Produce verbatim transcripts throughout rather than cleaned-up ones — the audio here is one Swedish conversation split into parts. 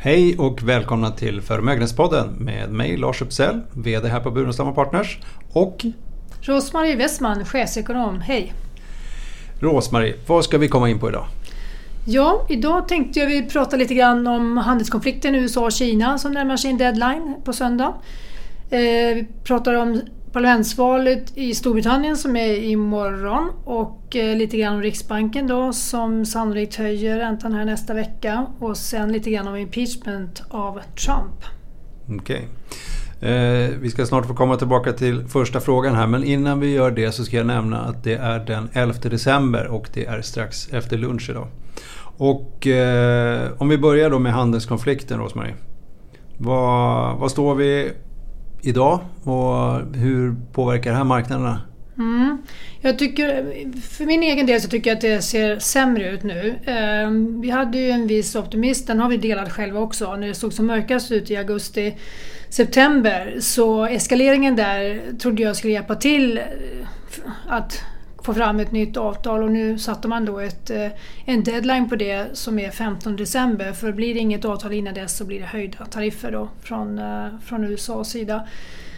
Hej och välkomna till Förmögenhetspodden med mig Lars Uppsell, vd här på Burenstam och Partners och Rosmarie Westman, chefsekonom. Hej! Rosmarie, vad ska vi komma in på idag? Ja, idag tänkte jag vi prata lite grann om handelskonflikten i U S A och Kina som närmar sig en deadline på söndag. Eh, vi pratar om parlamentsvalet i Storbritannien som är imorgon och eh, lite grann om Riksbanken då som sannolikt höjer räntan här nästa vecka och sen lite grann om impeachment av Trump. Okej. Eh, vi ska snart få komma tillbaka till första frågan här, men innan vi gör det så ska jag nämna att det är den elfte december och det är strax efter lunch idag. Och eh, om vi börjar då med handelskonflikten, Rosmarie. Vad, vad står vi idag och hur påverkar det här marknaderna? Mm. Jag tycker, för min egen del så tycker jag att det ser sämre ut nu. Eh, vi hade ju en viss optimism, den har vi delat själva också. När det såg som mörkast ut i augusti, september så eskaleringen där trodde jag skulle hjälpa till att få fram ett nytt avtal och nu satte man då ett, en deadline på det som är femtonde december, för blir det inget avtal innan dess så blir det höjda tariffer då från, från U S A:s sida.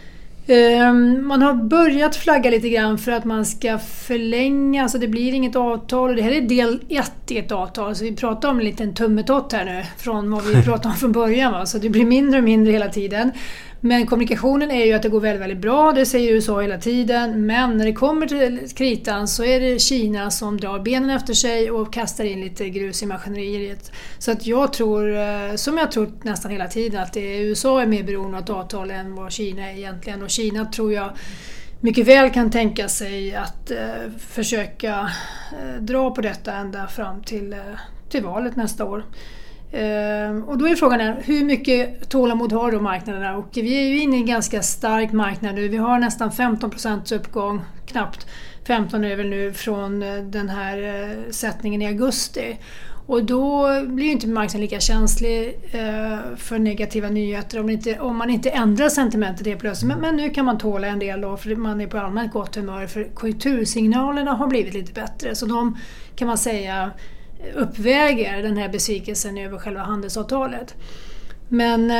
Man har börjat flagga lite grann för att man ska förlänga, alltså det blir inget avtal och det här är del ett i ett avtal, så vi pratar om en liten tummetott här nu från vad vi pratade om från början, va? Så det blir mindre och mindre hela tiden. Men kommunikationen är ju att det går väldigt, väldigt bra, det säger U S A hela tiden, men när det kommer till kritan så är det Kina som drar benen efter sig och kastar in lite grus i maskineriet. Så att jag tror, som jag tror nästan hela tiden, att det är U S A är mer beroende av ett avtal än vad Kina är egentligen, och Kina tror jag mycket väl kan tänka sig att eh, försöka eh, dra på detta ända fram till, eh, till valet nästa år. Uh, och då är frågan här, hur mycket tålamod har då marknaderna? Och vi är ju inne i en ganska stark marknad nu. Vi har nästan femton procent uppgång, knappt femton är väl nu från den här uh, sättningen i augusti. Och då blir ju inte marknaden lika känslig uh, för negativa nyheter om, inte, om man inte ändrar sentimentet helt plötsligt. Men, men nu kan man tåla en del då, för man är på allmänt gott humör, för konjunktursignalerna har blivit lite bättre. Så de kan man säga uppväger den här besvikelsen över själva handelsavtalet. Men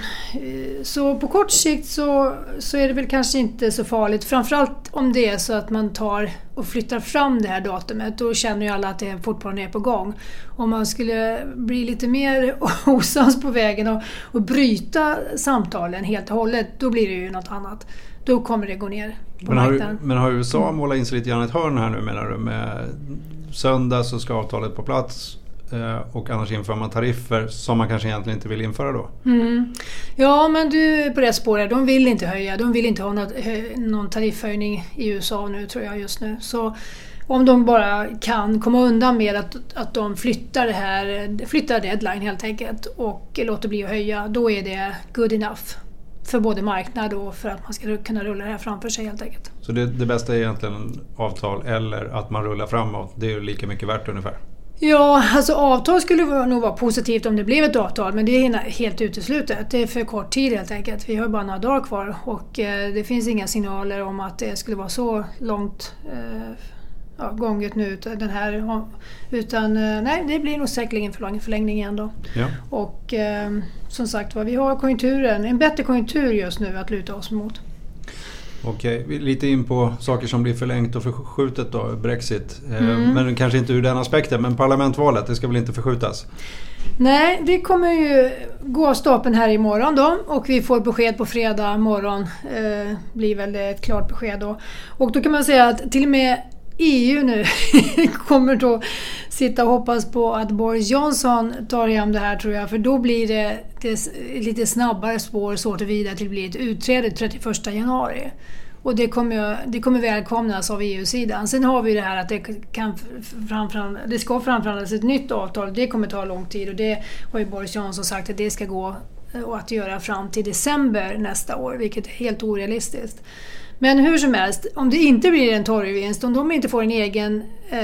så på kort sikt så, så är det väl kanske inte så farligt. Framförallt om det är så att man tar och flyttar fram det här datumet. Då känner ju alla att det fortfarande är på gång. Om man skulle bli lite mer osams på vägen och, och bryta samtalen helt och hållet, då blir det ju något annat. Då kommer det gå ner på men har, marknaden. Men har U S A målat in sig lite grann ett hörn här nu, menar du? Med söndag så ska avtalet på plats och annars inför man tariffer som man kanske egentligen inte vill införa då. Mm. Ja, men du är på rätt spår. De vill inte höja. De vill inte ha något, någon tariffhöjning i U S A nu, tror jag just nu. Så om de bara kan komma undan med att, att de flyttar det här, flyttar deadline helt enkelt och låter bli att höja, då är det good enough för både marknad och för att man ska kunna rulla det här framför sig helt enkelt. Så det, det bästa är egentligen avtal eller att man rullar framåt? Det är ju lika mycket värt ungefär. Ja, alltså avtal skulle nog vara positivt om det blev ett avtal, men det är helt uteslutet. Det är för kort tid helt enkelt. Vi har bara några dagar kvar och eh, det finns inga signaler om att det skulle vara så långt eh, ja, gånget nu den här, utan eh, nej, det blir nog säkerligen förläng, förlängning igen då. Ja. Och eh, som sagt, vad vi har konjunkturen, en bättre konjunktur just nu att luta oss mot. Okej, lite in på saker som blir förlängt och förskjutet då, Brexit. Mm. Men kanske inte ur den aspekten, men parlamentvalet, det ska väl inte förskjutas? Nej, det kommer ju gå av stapeln här imorgon då och vi får besked på fredag morgon, eh, blir väl ett klart besked då. Och då kan man säga att till och med E U nu kommer då sitta och hoppas på att Boris Johnson tar hem det här, tror jag, för då blir det, det lite snabbare spår så att vidare till att bli ett utträde trettioförsta januari. Och det kommer, det kommer välkomnas av E U-sidan. Sen har vi det här att det, kan framförhandlas, det ska framförhandlas ett nytt avtal. Det kommer ta lång tid och det har ju Boris Johnson sagt att det ska gå och att göra fram till december nästa år, vilket är helt orealistiskt. Men hur som helst, om det inte blir en torgvinst, om de inte får en egen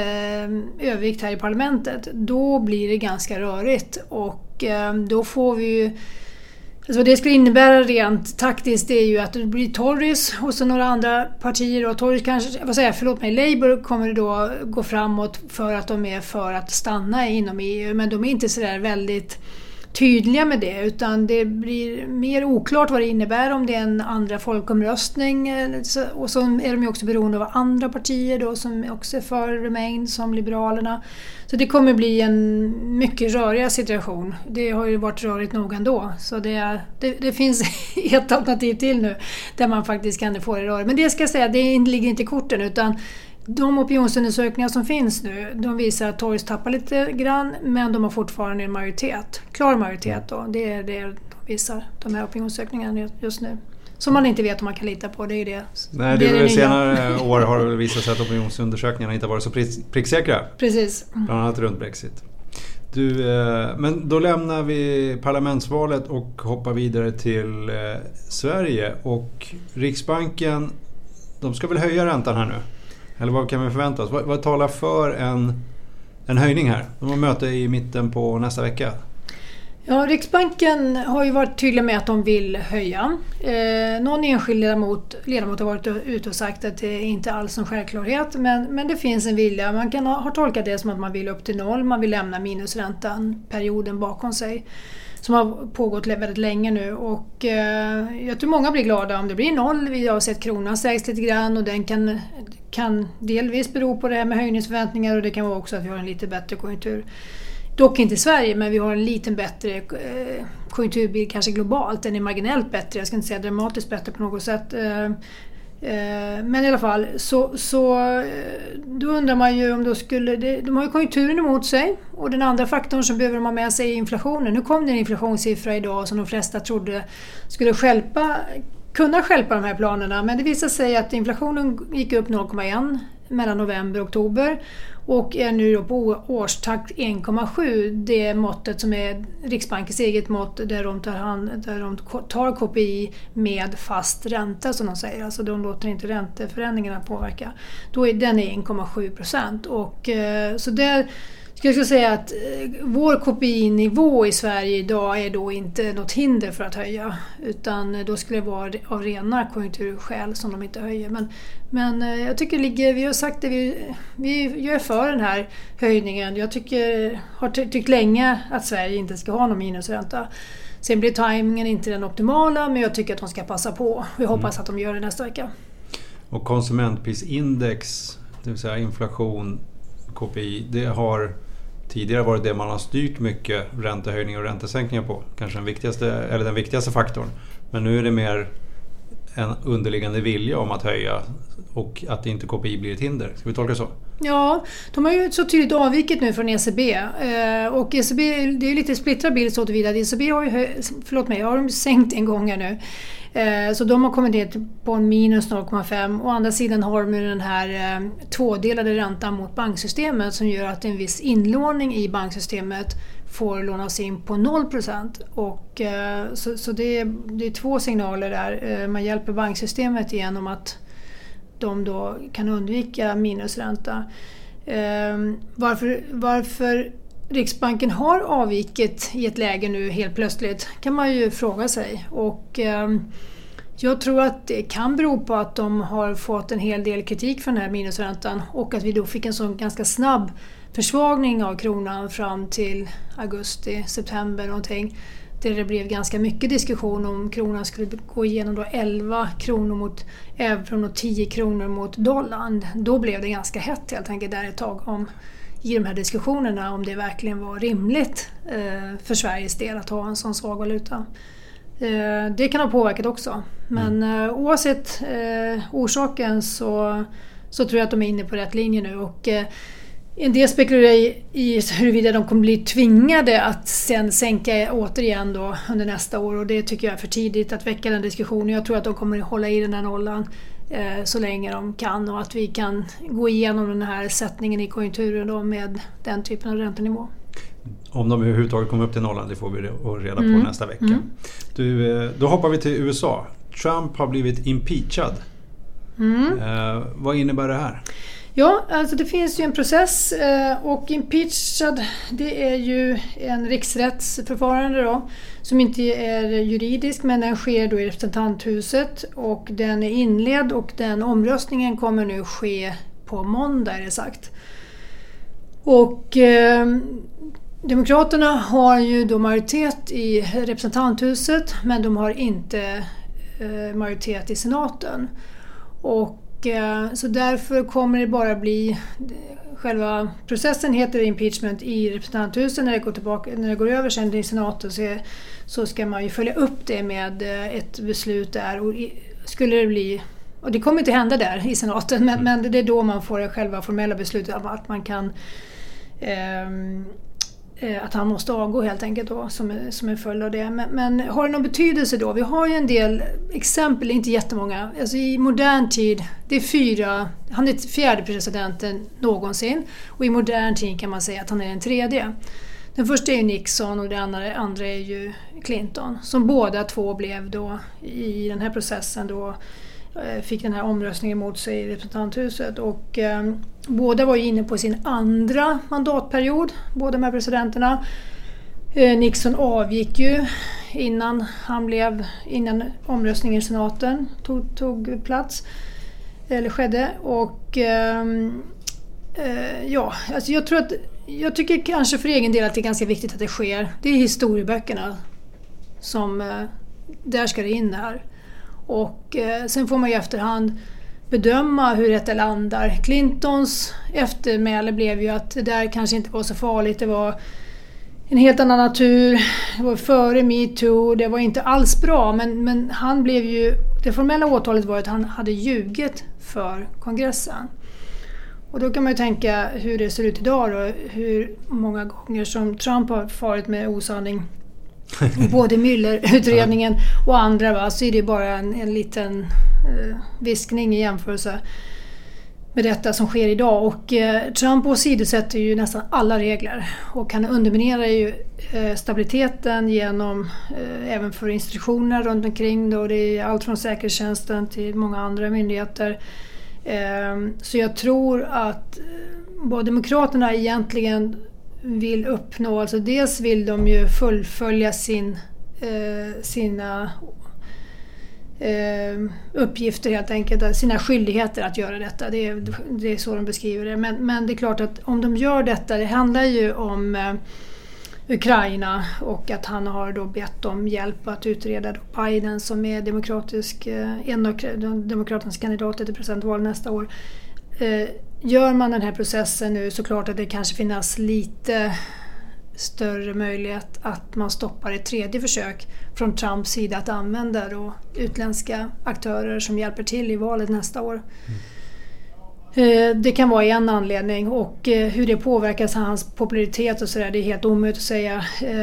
eh, övervikt här i parlamentet, då blir det ganska rörigt och eh, då får vi ju, alltså det skulle innebära rent taktiskt, det är ju att det blir Tories hos några andra partier, och Tories kanske, vad säger jag, förlåt mig, Labour kommer då gå framåt för att de är för att stanna inom E U, men de är inte så där väldigt tydliga med det, utan det blir mer oklart vad det innebär om det är en andra folkomröstning, och så är de ju också beroende av andra partier då som också är för Remain, som Liberalerna. Så det kommer bli en mycket rörig situation. Det har ju varit rörigt nog ändå, så det, är, det, det finns ett alternativ till nu där man faktiskt kan få det rörigt. Men det ska jag säga, det ligger inte i korten, utan de opinionsundersökningar som finns nu, de visar att Tories tappar lite grann, men de har fortfarande en majoritet. Klar majoritet då. Det är det de visar, de här opinionsundersökningarna just nu. Som man inte vet om man kan lita på, det är ju det. Nej, det, det är det senare år har det visat sig att opinionsundersökningarna inte varit så pricksäkra. Precis. Bland annat runt Brexit. Du, men då lämnar vi parlamentsvalet och hoppar vidare till Sverige. Och Riksbanken, de ska väl höja räntan här nu? Eller vad kan vi förvänta oss? Vad, vad talar för en, en höjning här? De har möte i mitten på nästa vecka. Ja, Riksbanken har ju varit tydliga med att de vill höja. Eh, någon enskild ledamot, ledamot har varit ute och sagt att det är inte alls en självklarhet, men, men det finns en vilja. Man kan ha, ha tolkat det som att man vill upp till noll, man vill lämna minusräntan, perioden bakom sig, som har pågått väldigt länge nu. Och eh, jag tror många blir glada om det blir noll. Vi har sett kronan sägs lite grann, och den kan, kan delvis bero på det här med höjningsförväntningar, och det kan vara också att vi har en lite bättre konjunktur. Dock inte i Sverige, men vi har en liten bättre eh, konjunkturbild kanske globalt. Den är marginellt bättre, jag ska inte säga dramatiskt bättre på något sätt. Eh, eh, men i alla fall, så, så då undrar man ju om då skulle... Det, de har ju konjunkturen emot sig, och den andra faktorn som behöver de ha med sig är inflationen. Nu kom det en inflationssiffra idag som de flesta trodde skulle stjälpa, kunna stjälpa de här planerna, men det visade sig att inflationen gick upp noll komma ett mellan november och oktober, och är nu då på årstakt en komma sju, det måttet som är Riksbankens eget mått, där de tar, hand, där de tar K P I med fast ränta, som de säger. Alltså de låter inte ränteförändringarna påverka. Då är den en komma sju procent, och så där ska jag säga att vår K P I-nivå i Sverige idag är då inte något hinder för att höja, utan då skulle det vara av rena konjunkturskäl som de inte höjer. Men, men jag tycker det ligger, vi har sagt det, vi, vi gör för den här höjningen. Jag tycker, har tyckt länge att Sverige inte ska ha någon minusränta. Sen blir tajmingen inte den optimala, men jag tycker att de ska passa på. Vi hoppas att de gör det nästa vecka. Och konsumentprisindex, det vill säga inflation, K P I, det har tidigare varit det man har styrt mycket räntehöjningar och räntesänkningar på. Kanske den viktigaste, eller den viktigaste faktorn. Men nu är det mer en underliggande vilja om att höja, och att inte K P I blir ett hinder. Ska vi tolka så? Ja, de har ju så tydligt avvikit nu från E C B. Eh, och E C B, det är ju lite splittrad bild så tillvida. E C B har ju hö- förlåt mig, har de sänkt en gång här nu. Eh, så de har kommit ner på en minus noll komma fem. Å andra sidan har de den här eh, tvådelade räntan mot banksystemet, som gör att en viss inlåning i banksystemet får lånas in på noll procent. Och, eh, så så det, är, det är två signaler där. Eh, man hjälper banksystemet genom att de då kan undvika minusränta. Eh, varför, varför Riksbanken har avvikit i ett läge nu helt plötsligt kan man ju fråga sig. Och eh, jag tror att det kan bero på att de har fått en hel del kritik för den här minusräntan, och att vi då fick en sån ganska snabb försvagning av kronan fram till augusti, september någonting. Där det blev ganska mycket diskussion om kronan skulle gå igenom då elva kronor mot euron och tio kronor mot dollarn. Då blev det ganska hett helt enkelt där ett tag om, i de här diskussionerna, om det verkligen var rimligt eh, för Sveriges del att ha en sån svag valuta. Eh, det kan ha påverkat också. Men eh, oavsett eh, orsaken så, så tror jag att de är inne på rätt linje nu. Och eh, en del spekulerar i, i huruvida de kommer bli tvingade att sen sänka återigen då under nästa år, och det tycker jag är för tidigt att väcka den diskussionen. Jag tror att de kommer hålla i den här nollan eh, så länge de kan, och att vi kan gå igenom den här sättningen i konjunkturen då med den typen av räntenivå. Om de överhuvudtaget kommer upp till nollan, det får vi reda på mm. nästa vecka. Mm. Du, då hoppar vi till U S A. Trump har blivit impeachad. Mm. Eh, vad innebär det här? Ja, alltså det finns ju en process, och impeachad, det är ju en riksrättsförfarande då, som inte är juridisk, men den sker då i representanthuset, och den är inledd, och den omröstningen kommer nu ske på måndag är det sagt. Och eh, Demokraterna har ju då majoritet i representanthuset, men de har inte eh, majoritet i senaten. Och eh, så därför kommer det bara bli, själva processen heter impeachment i representanthuset. När det går tillbaka, när det går över sen till senaten så, så ska man ju följa upp det med ett beslut där. Och skulle det bli, och det kommer inte hända där i senaten, men, men det är då man får det själva formella beslutet om att man kan eh, att han måste avgå helt enkelt då, som är, som är följd av det. Men, men har det någon betydelse då? Vi har ju en del exempel, inte jättemånga. Alltså i modern tid, det är fyra, han är fjärde presidenten någonsin. Och i modern tid kan man säga att han är den tredje. Den första är ju Nixon och den andra, andra är ju Clinton. Som båda två blev då i den här processen då fick den här omröstningen mot sig i representanthuset. Och eh, båda var ju inne på sin andra mandatperiod, båda de här presidenterna. Eh, Nixon avgick ju innan han blev, innan omröstningen i senaten tog, tog plats, eller skedde. Och eh, eh, ja, alltså jag tror att, jag tycker kanske för egen del att det är ganska viktigt att det sker. Det är historieböckerna som, eh, där ska det in här. Och eh, sen får man ju efterhand bedöma hur detta landar. Clintons eftermäle blev ju att det där kanske inte var så farligt. Det var en helt annan natur. Det var före MeToo. Det var inte alls bra. Men, men han blev ju... Det formella åtalet var att han hade ljugit för kongressen. Och då kan man ju tänka hur det ser ut idag då. Hur många gånger som Trump har farit med osanning. Både Mueller-utredningen och andra, va, så är det bara en, en liten eh, viskning i jämförelse med detta som sker idag. Och eh, Trump åsidosätter ju nästan alla regler och han underminerar ju eh, stabiliteten genom eh, även för institutioner runt omkring då. Det är allt från säkerhetstjänsten till många andra myndigheter. Eh, så jag tror att eh, både demokraterna egentligen vill uppnå, alltså dels vill de ju fullfölja sin, eh, sina eh, uppgifter helt enkelt, sina skyldigheter att göra detta. Det är, det är så de beskriver det. Men, men det är klart att om de gör detta, det handlar ju om eh, Ukraina och att han har då bett om hjälp att utreda Biden som är demokratisk, eh, en av demokraternas kandidater till presidentval nästa år. Eh, Gör man den här processen nu så klart att det kanske finns lite större möjlighet att man stoppar ett tredje försök från Trumps sida att använda då utländska aktörer som hjälper till i valet nästa år. Mm. Det kan vara en anledning och hur det påverkas hans popularitet och sådär, det är helt omöjligt att säga.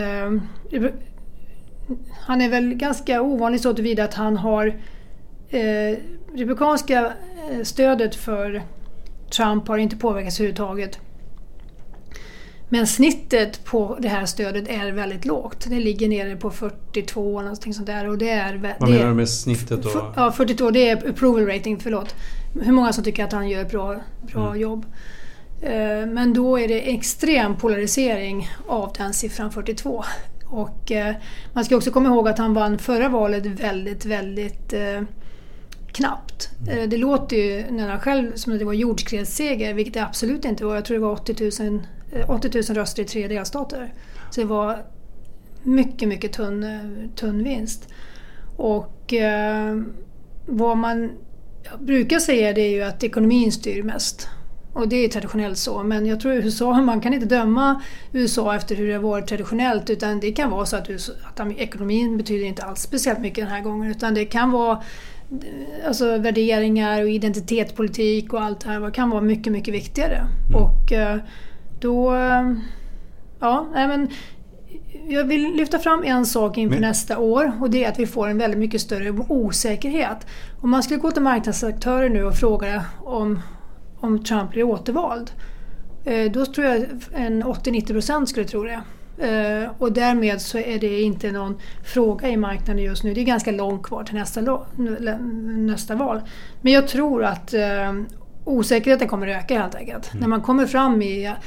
Han är väl ganska ovanlig så tillvida att han har republikanska stödet för Trump har inte påverkats överhuvudtaget. Men snittet på det här stödet är väldigt lågt. Det ligger nere på fyrtiotvå eller någonting sånt där. Och det är, Vad det menar du med snittet då? För, ja, fyrtiotvå, det är approval rating, förlåt. Hur många som tycker att han gör ett bra, bra mm. jobb. Uh, men då är det extrem polarisering av den siffran fyrtiotvå. Och uh, man ska också komma ihåg att han vann förra valet väldigt, väldigt... Uh, knappt. Mm. Det låter ju när han själv som att det var jordskredsseger, vilket det absolut inte var. Jag tror det var åttio tusen röster i tre delstater. Så det var mycket, mycket tunn, tunn vinst. Och eh, vad man brukar säga det är ju att ekonomin styr mest. Och det är traditionellt så. Men jag tror U S A, man kan inte döma U S A efter hur det har varit traditionellt. Utan det kan vara så att, U S A, att ekonomin betyder inte alls speciellt mycket den här gången. Utan det kan vara alltså värderingar och identitetspolitik och allt det här kan vara mycket, mycket viktigare. Mm. Och då, ja, nej men jag vill lyfta fram en sak inför men. nästa år och det är att vi får en väldigt mycket större osäkerhet. Om man skulle gå till marknadsaktörer nu och fråga om, om Trump blir återvald, då tror jag en åttio till nittio procent skulle tro det. Uh, och därmed så är det inte någon fråga i marknaden just nu. Det är ganska långt kvar till nästa, lo- nästa val. Men jag tror att uh, osäkerheten kommer att öka helt enkelt. Mm. När man kommer fram i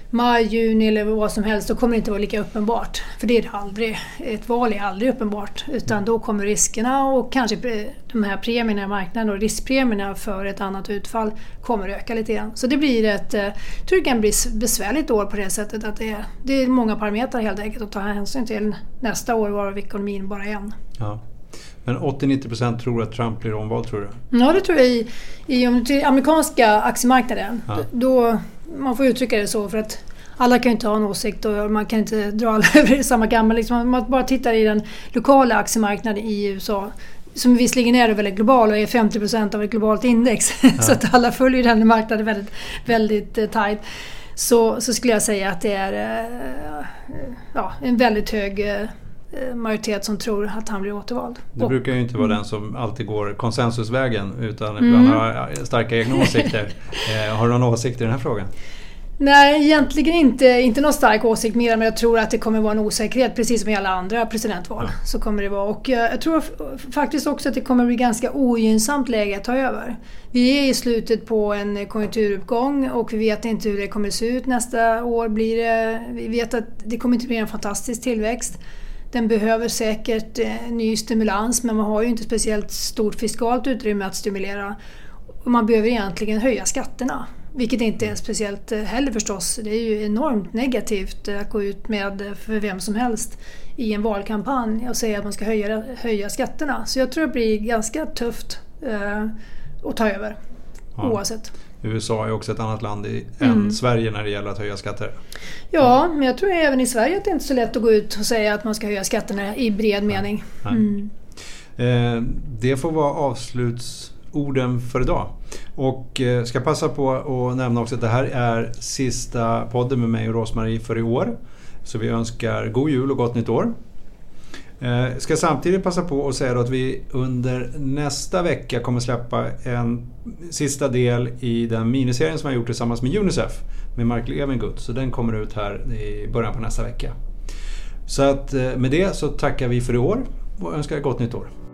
maj, juni eller vad som helst, då kommer det inte vara lika uppenbart. För det är det aldrig. Ett val är aldrig uppenbart. Utan då kommer riskerna och kanske de här premierna i marknaden och riskpremierna för ett annat utfall kommer öka lite grann. Så det blir ett, jag tror det kan bli besvärligt år på det sättet att det är, det är många parametrar helt enkelt att ta hänsyn till nästa år, varav ekonomin bara en. Ja. Men åttio till nittio procent tror att Trump blir omvald, tror du? Ja, det tror jag i, i amerikanska aktiemarknaden. Ja. Då, man får uttrycka det så, för att alla kan ju inte ha en åsikt och man kan inte dra alla över samma gammal. Liksom, om man bara tittar i den lokala aktiemarknaden i U S A, som visserligen är väldigt global och är femtio procent av ett globalt index, ja. Så att alla följer den marknaden väldigt, väldigt uh, tajt. Så, så skulle jag säga att det är uh, ja, en väldigt hög uh, majoritet som tror att han blir återvald. Det och, brukar ju inte vara mm. den som alltid går konsensusvägen, utan ibland mm. har starka egna åsikter. eh, har du någon åsikt i den här frågan? Nej, egentligen inte, inte någon stark åsikt mer, men jag tror att det kommer vara en osäkerhet precis som i alla andra presidentval. Ja. Så kommer det vara. Och jag, jag tror faktiskt också att det kommer bli ganska ogynnsamt läge att ta över. Vi är i slutet på en konjunkturuppgång och vi vet inte hur det kommer se ut nästa år. Blir det, vi vet att det kommer inte bli en fantastisk tillväxt. Den behöver säkert eh, ny stimulans, men man har ju inte speciellt stort fiskalt utrymme att stimulera. Och man behöver egentligen höja skatterna, vilket inte är speciellt eh, heller förstås. Det är ju enormt negativt eh, att gå ut med eh, för vem som helst i en valkampanj och säga att man ska höja, höja skatterna. Så jag tror det blir ganska tufft eh, att ta över, ja. Oavsett. U S A är också ett annat land i, än mm. Sverige när det gäller att höja skatter. Ja, men jag tror även i Sverige att det är inte så lätt att gå ut och säga att man ska höja skatterna i bred mening. Mm. Eh, det får vara avslutsorden för idag. Och eh, ska passa på att nämna också att det här är sista podden med mig och Rosmarie för i år. Så vi önskar god jul och gott nytt år. Jag ska samtidigt passa på att säga att vi under nästa vecka kommer släppa en sista del i den miniserien som jag gjort tillsammans med Unicef med Mark Levengood. Så den kommer ut här i början på nästa vecka. Så att med det så tackar vi för i år och önskar gott nytt år.